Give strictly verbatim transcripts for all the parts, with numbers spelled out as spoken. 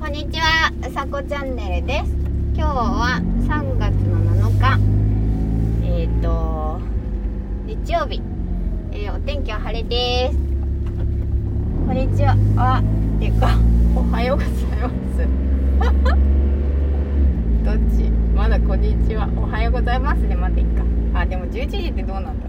んにちは、うさこチャンネルです。今日はさんがつのなのか、えっ、ー、と日曜日、えー、お天気は晴れです。こんにちは。あ、てかおはようございますどっち？まだこんにちは、おはようございますで、まだいいか。あ、でもじゅういちじってどうなんだ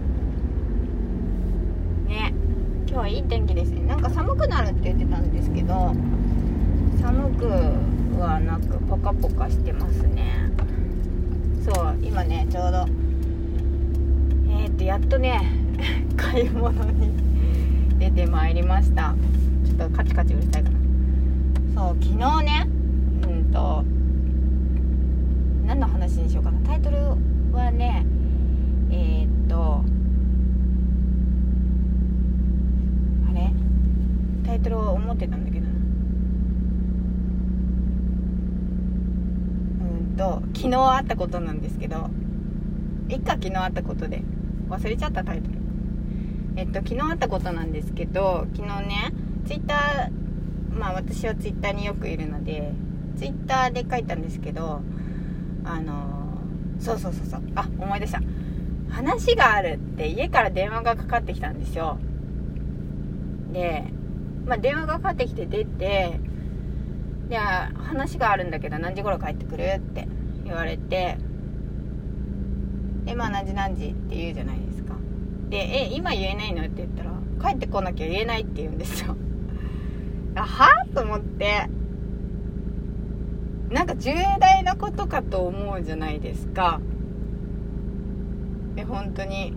ね。今日はいい天気ですね。なんか寒くなるって言ってたんですけど、寒くはなくポカポカしてますね。そう今ねちょうどえー、っとやっとね買い物に出てまいりました。ちょっとカチカチうるさいかな。そう昨日ねうんと何の話にしようかな。タイトルはねえー、っとあれタイトルを思ってたんだけどな。と昨日あったことなんですけど、いっか昨日あったことで忘れちゃったタイトル。えっと昨日あったことなんですけど、昨日ねツイッター、まあ私はツイッターによくいるのでツイッターで書いたんですけど、あのそうそうそうそうあ思い出した。話があるって家から電話がかかってきたんですよ。で、まあ電話がかかってきて出て、で話があるんだけど何時頃帰ってくるって言われて、でまあ何時何時って言うじゃないですか。でえ今言えないのって言ったら帰ってこなきゃ言えないって言うんですよあはと思って、なんか重大なことかと思うじゃないですか。え本当に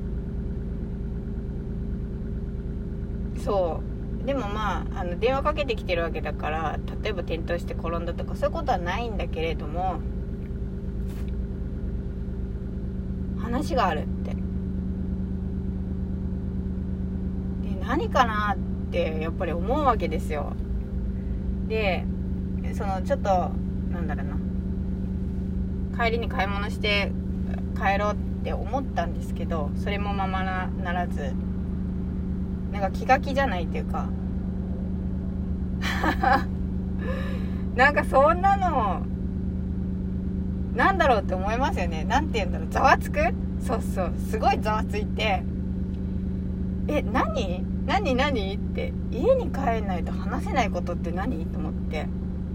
そうでもまあ、あの電話かけてきてるわけだから、例えば転倒して転んだとかそういうことはないんだけれども、話があるってで何かなってやっぱり思うわけですよ。でそのちょっとなんだろうな、帰りに買い物して帰ろうって思ったんですけど、それもまま な, ならずなんか気が気じゃないっていうかなんかそんなのなんだろうって思いますよね。なんて言うんだろう、ざわつく。そうそうすごいざわついて、え何何何って家に帰んないと話せないことって何と思って、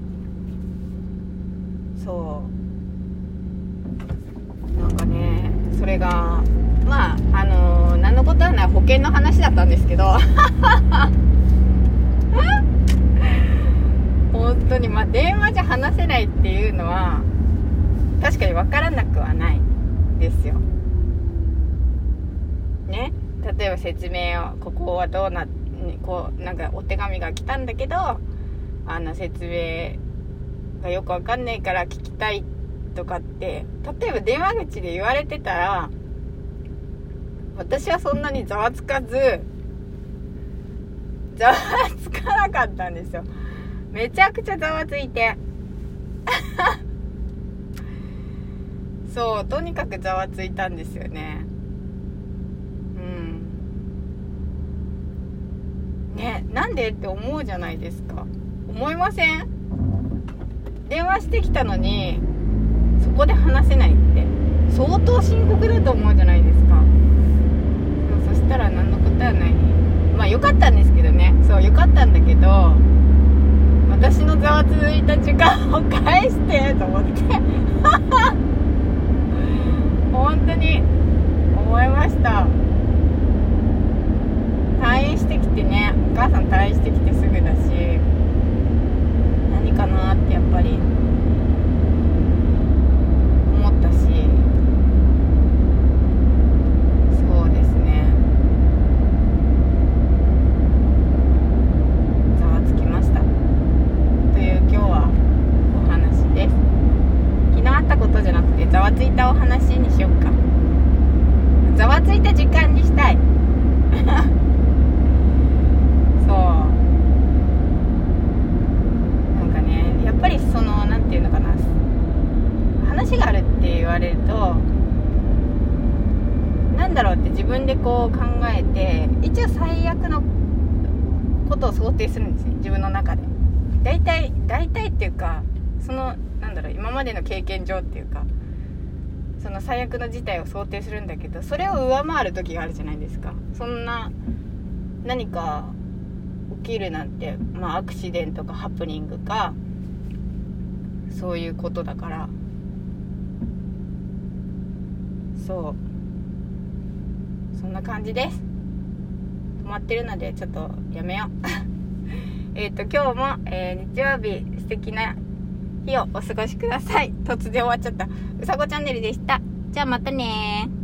そうなんかねそれがまああのー、何のことはない保険の話だったんですけど本当にまあ電話じゃ話せないっていうのは確かに分からなくはないですよね。例えば説明をここはどうなこうなんかお手紙が来たんだけど、あの説明がよく分かんないから聞きたいとかって例えば電話口で言われてたら、私はそんなにざわつかずざわつかなかったんですよ。めちゃくちゃざわついてそうとにかくざわついたんですよね。うんね、なんでって思うじゃないですか。思いません？電話してきたのにそこで話せないって相当深刻だと思うじゃないですか。そしたら何のことはない。まあ良かったんですけどね。そう良かったんだけど、私のざわついた時間を返してと思って本当に思いました。退院してきてね、お母さん退院してきてすぐだし、何かなってやっぱり思ったし、そうですね、ざわつきましたという今日はお話です。昨日あったことじゃなくてざわついたお話にしようか。ざわついた時間にしたいそうなんかねやっぱりそのなんていうのかな、話があるって言われるとなんだろうって自分でこう考えて、一応最悪のことを想定するんですよ自分の中で。 大体大体っていうか、そのなんだろう、今までの経験上っていうか、その最悪の事態を想定するんだけど、それを上回る時があるじゃないですか。そんな何か起きるなんて、まあアクシデントかハプニングかそういうことだから、そうそんな感じです。止まってるのでちょっとやめようえっと今日も、えー、日曜日素敵な日をお過ごしください。突然終わっちゃった。うさこチャンネルでした。じゃあまたねー。